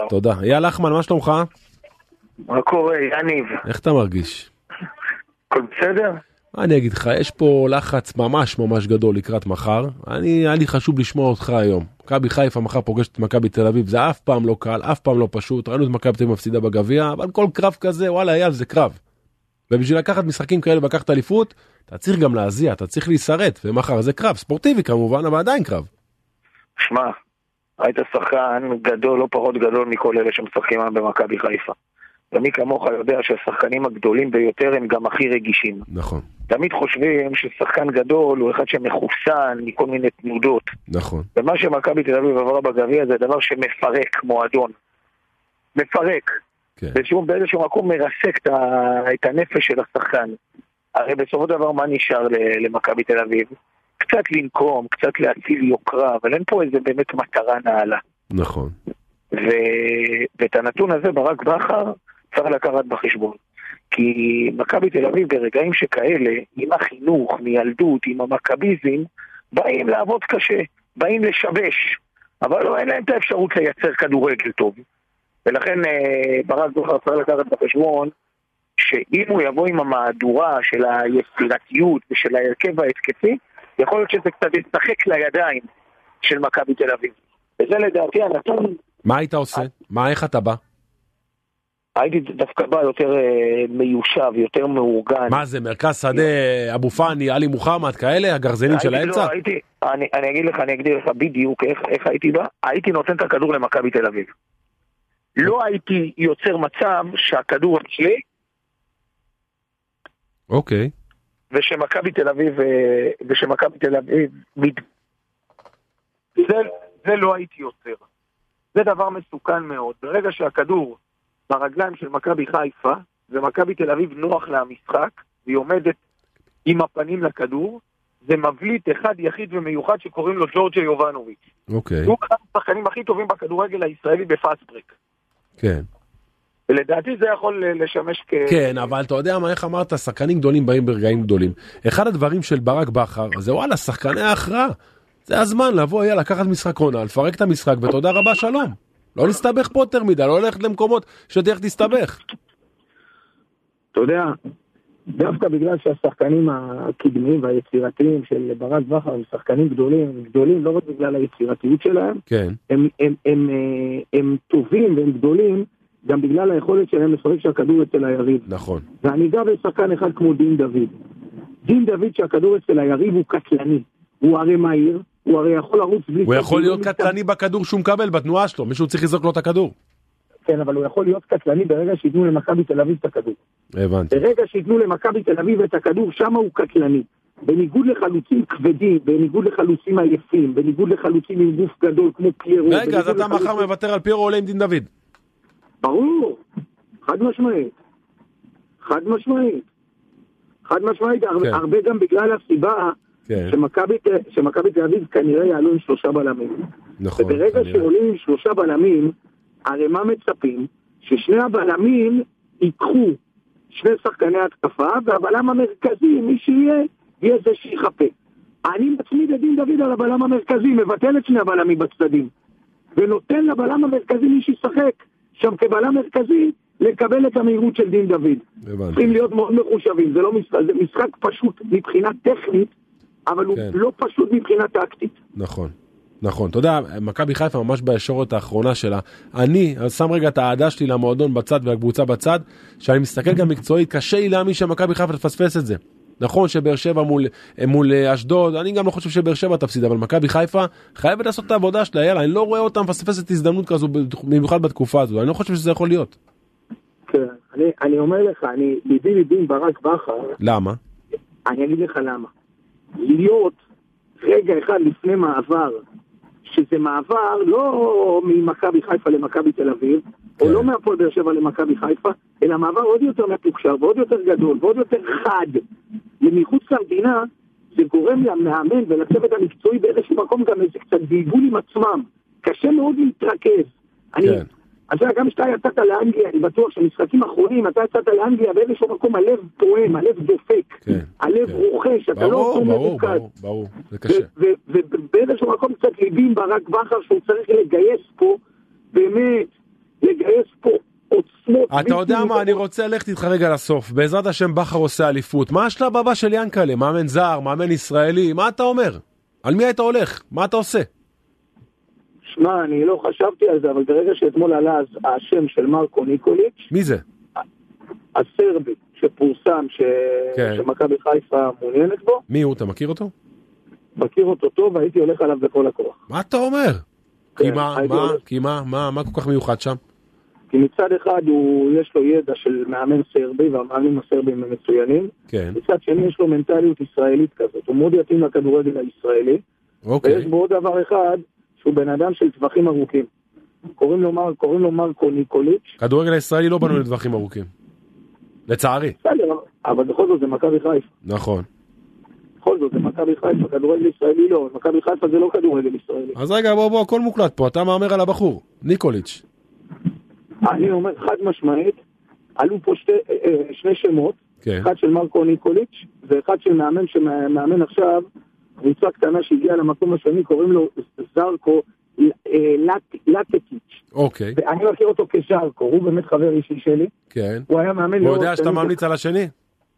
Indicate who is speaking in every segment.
Speaker 1: תודה. אייל לחמן, מה שלומך?
Speaker 2: מה קורה, יניב?
Speaker 1: איך אתה מרגיש?
Speaker 2: הכל בסדר?
Speaker 1: מה אני אגיד לך, יש פה לחץ ממש ממש גדול לקראת מחר. היה לי חשוב לשמוע אותך היום. מכבי חיפה מחר פוגשת את מכבי תל אביב, זה אף פעם לא קל, אף פעם לא פשוט. ראינו את מכבי תל אביב מפסידה בגביע, אבל כל קרב כזה, וואלה, אייל, זה קרב. ובשביל לקחת משחקים כאלה ולקחת אליפות, אתה צריך גם להזיע, אתה צריך להישרט, ומחר זה קרב, ספורטיבי כמובן, אבל עדיין קרב.
Speaker 2: שמע, היית שחקן גדול, לא פחות גדול מכל אלה שמשחקים במכבי חיפה. ומי כמוך יודע שהשחקנים הגדולים ביותר הם גם הכי רגישים.
Speaker 1: נכון.
Speaker 2: תמיד חושבים ששחקן גדול הוא אחד שמחוסן מכל מיני תנודות.
Speaker 1: נכון.
Speaker 2: ומה שמכבי תל אביב עברה בגביע זה דבר שמפרק מועדון. מפרק.
Speaker 1: כן.
Speaker 2: באיזשהו מקום מרסק את הנפש של השחקן. הרי בסופו של דבר מה נשאר למכבי תל אביב? קצת לנקום, קצת להציל יוקרה, אבל אין פה איזה באמת מטרה נעלה.
Speaker 1: נכון.
Speaker 2: ואת הנתון הזה ברק בכר צריך לקחת בחשבון. כי מכבי תל אביב ברגעים שכאלה, עם החינוך, מילדות, עם המכביזם, באים לעבוד קשה, באים לשבש, אבל לא, אין להם את האפשרות לייצר כדורגל טוב. ולכן ברק בכר צריך לקחת בחשבון, שאם הוא יבוא עם המהדורה של היצירתיות ושל ההרכב ההתקפי, יכול להיות שזה קצת ישחק לידיים של מכבי תל אביב. וזה לדעתי הנתון...
Speaker 1: מה היית עושה? איך אתה בא?
Speaker 2: הייתי דווקא בא יותר מיושב, יותר מאורגן.
Speaker 1: מה זה, מרכז שדה, אבו פאני, עלי מוחמד, כאלה, הגרזנים של האמצע?
Speaker 2: אני אגיד לך בדיוק איך הייתי בא. הייתי נותן את הכדור למכבי תל אביב. לא הייתי יוצר מצב שהכדור אצלי,
Speaker 1: אוקיי.
Speaker 2: ושמכבי תל אביב, זה לא הייתי יוצר. זה דבר מסוכן מאוד. ברגע שהכדור ברגליים של מכבי חיפה, ומכבי תל אביב נוח למשחק, והיא עומדת עם הפנים לכדור, זה מבליט אחד יחיד ומיוחד שקוראים לו ג'ורג'י יובנוביץ'.
Speaker 1: אוקיי.
Speaker 2: הוא אחד השחקנים הכי טובים בכדורגל הישראלי בפאסט ברייק.
Speaker 1: כן.
Speaker 2: ולדעתי זה יכול לשמש
Speaker 1: כן, אבל אתה יודע מה, איך אמרת, שחקנים גדולים באים ברגעים גדולים. אחד הדברים של ברק בכר, זה וואלה, שחקני ההכרעה. זה הזמן לבוא, יאללה, לקחת משחק עונה, לפרק את המשחק, ותודה רבה, שלום. לא להסתבך פה יותר מדי, לא ללכת למקומות שתלך תסתבך.
Speaker 2: אתה יודע, דווקא בגלל שהשחקנים הקדמיים והיצירתיים של ברק בכר הם שחקנים גדולים לא רק בגלל היצירתיות שלהם,
Speaker 1: כן.
Speaker 2: הם טובים והם גדולים, גם בגלל היכולת שלהם לפרק שהכדור אצל היריב.
Speaker 1: נכון.
Speaker 2: ואני אגע בשחקן אחד כמו דין דוד. דין דוד שהכדור אצל היריב הוא קטלני. הוא הרי מהיר, הוא הרי יכול לרוץ בלי...
Speaker 1: הוא יכול להיות קטלני בכדור שהוא מקבל בתנועה שלו, מישהו צריך לזרוק לו את הכדור.
Speaker 2: כן, אבל הוא יכול להיות קטלני ברגע שיתנו למכבי תל אביב את הכדור.
Speaker 1: הבנתי.
Speaker 2: ברגע שיתנו למכבי תל אביב את הכדור, שם הוא קטלני. בניגוד לחלוצים כבדים, בניגוד לחלוצים עייפים, בניגוד לחלוצים עם גוף גדול כמו פיירו.
Speaker 1: רגע, אז אתה מחר מוותר על פיירו עולה עם דין דוד.
Speaker 2: ברור, חד משמעית. הרבה גם בגלל הסיבה שמכבי תל אביב כנראה יעלו עם 3 בלמים.
Speaker 1: נכון.
Speaker 2: וברגע שעולים עם 3 בלמים, הרי מה מצפים? ששני הבלמים ייקחו 2 שחקני התקפה, והבלם המרכזי, מי יהיה זה שיחפה. אני מצמיד את דין דוד על הבלם המרכזי, מבטל את 2 הבלמים בצדדים, ונותן לבלם המרכזי מי שישחק שם כבלם מרכזי, לקבל את המהירות של דין דוד. צריכים להיות מאוד מחושבים, זה משחק פשוט מבחינה טכנית, אבל הוא לא פשוט מבחינה טקטית.
Speaker 1: נכון. נכון, אתה יודע, מכבי חיפה ממש בישורת האחרונה שלה, אני שם רגע את העדה שלי למועדון בצד והקבוצה בצד, שאני מסתכל גם מקצועית, קשה לי להאמין שמכבי חיפה תפספס את זה. נכון שבאר שבע מול אשדוד, אני גם לא חושב שבאר שבע תפסיד, אבל מכבי חיפה חייבת לעשות את העבודה שלה, יאללה, אני לא רואה אותם מפספסת הזדמנות כזו, במיוחד בתקופה הזו, אני לא חושב שזה יכול להיות.
Speaker 2: כן, אני אומר לך, ליבי עם ברק בכר.
Speaker 1: למה?
Speaker 2: אני אגיד לך למה. להיות רגע אחד לפני מעבר, שזה מעבר לא ממכבי חיפה למכבי תל אביב, או לא מהפועל באר שבע למכבי חיפה, אלא מעבר עוד יותר מתוקשר, ועוד יותר גדול, ועוד יותר חד, למחוץ למדינה, זה גורם למאמן ולצוות המקצועי באיזשהו מקום גם איזה קצת גלגול עם עצמם. קשה מאוד להתרכז. אז גם שאתה יצאת לאנגליה, אני בטוח שמשחקים אחרונים, אתה יצאת לאנגליה באיזשהו מקום, הלב פועם, הלב דופק, הלב רוכש, אתה לא עושה מבוקד.
Speaker 1: ברור, זה קשה.
Speaker 2: ובאיזשהו מקום קצת ליבי עם ברק בכר, שהוא צריך לגייס פה, באמת, לגייס פה עוצמות.
Speaker 1: אתה יודע מה, אני רוצה ללכת איתך רגע לסוף. בעזרת השם בכר עושה אליפות. מה השלב הבא של ינקלה? מאמן זר, מאמן ישראלי, מה אתה אומר? על מי היית הולך? מה אתה עושה?
Speaker 2: שמע, אני לא חשבתי על זה, אבל ברגע שאתמול עלה השם של מרקו ניקוליץ',
Speaker 1: מי זה?
Speaker 2: הסרבי שפורסם שמכבי חיפה מעוניינת בו.
Speaker 1: מי הוא? אתה מכיר אותו?
Speaker 2: מכיר אותו טוב, והייתי הולך עליו בכל הכוח.
Speaker 1: מה אתה אומר? כי מה כל כך מיוחד שם?
Speaker 2: כי מצד אחד יש לו ידע של מאמן סרבי, והמאמנים הסרבים הם מצוינים.
Speaker 1: כן.
Speaker 2: מצד שני יש לו מנטליות ישראלית כזאת, הוא מאוד יתאים לכדורגל הישראלי.
Speaker 1: אוקיי.
Speaker 2: ויש בו עוד דבר אחד, שהוא בן אדם של טווחים ארוכים. קוראים לו מרקו ניקוליץ'.
Speaker 1: כדורגל הישראלי לא בנו לטווחים ארוכים. לצערי.
Speaker 2: בסדר, אבל בכל זאת זה מכבי חיפה.
Speaker 1: נכון.
Speaker 2: בכל זאת זה מכבי חיפה, כדורגל ישראלי לא. מכבי חיפה זה לא כדורגל ישראלי.
Speaker 1: אז רגע, בוא, הכל מוקלט פה, אתה מאמר על הבחור, ניקוליץ'.
Speaker 2: אני אומר חד משמעית, עלו פה שני שמות,
Speaker 1: כן.
Speaker 2: אחד של מרקו ניקוליץ' ואחד של מאמן שמאמן עכשיו, קבוצה קטנה שהגיעה למקום השני, קוראים לו זרקו לטקיץ'.
Speaker 1: אוקיי.
Speaker 2: ואני מכיר אותו כשרקו, הוא באמת חבר אישי שלי.
Speaker 1: כן.
Speaker 2: הוא היה מאמן...
Speaker 1: הוא יודע שאתה ממליץ על השני?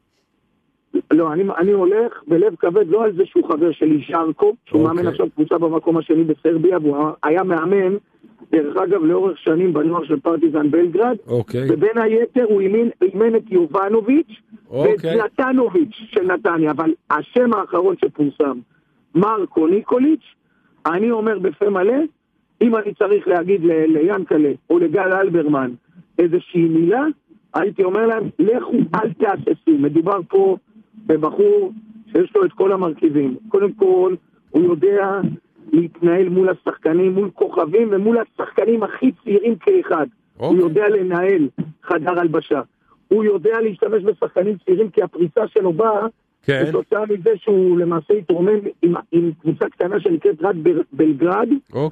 Speaker 2: לא, אני הולך בלב כבד לא על זה שהוא חבר שלי ז'רקו, שהוא מאמן עכשיו קבוצה במקום השני בסרביה, והוא היה מאמן, דרך אגב, לאורך שנים בנוער של פרטיזן בלגרד, ובין היתר הוא אימן את יובנוביץ' ואת נתנוביץ' של נתניה, אבל השם האחרון שפורסם, מרקו ניקוליץ', אני אומר בפה מלא, אם אני צריך להגיד ליאנקלה או לגל אלברמן איזושהי מילה, הייתי אומר להם, לכו אל תעשסו, מדובר פה בבחור שיש לו את כל המרכיבים. קודם כל, הוא יודע להתנהל מול השחקנים, מול כוכבים ומול השחקנים הכי צעירים כאחד. הוא יודע לנהל חדר הלבשה. הוא יודע להשתמש בשחקנים צעירים כי הפריצה שלו באה בתוצאה מזה שהוא למעשה התרומם עם קבוצה קטנה שנקראת רק בלגרד.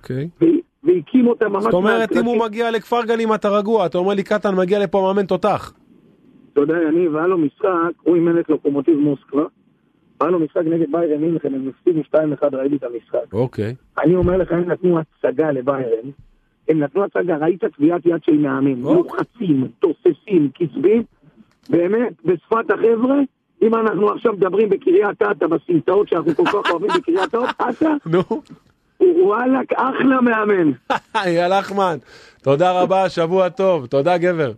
Speaker 2: והקים אותה ממש...
Speaker 1: זאת אומרת, אם הוא מגיע לכפר גלים אתה רגוע, אתה אומר לי קטן מגיע לפה מאמן תותח.
Speaker 2: אתה יודע, והיה לו משחק, הוא אימן את לוקומוטיב מוסקבה, היה לו משחק נגד ביירן מינכן, הם הפסידו 2-1, ראיתי את המשחק.
Speaker 1: אוקיי.
Speaker 2: אני אומר לך, הם נתנו הצגה לביירן, הם נתנו הצגה, ראית טביעת יד של מאמנים, לוחצים, תוססים, קצבים, באמת, בשפת החבר'ה, אם אנחנו עכשיו מדברים בקריית אתא, בסמטאות שאנחנו כל כך אוהבים בקריית אתא, וואלק, אחלה מאמן.
Speaker 1: יאללה אחמן, תודה רבה, שבוע טוב, תודה גבר.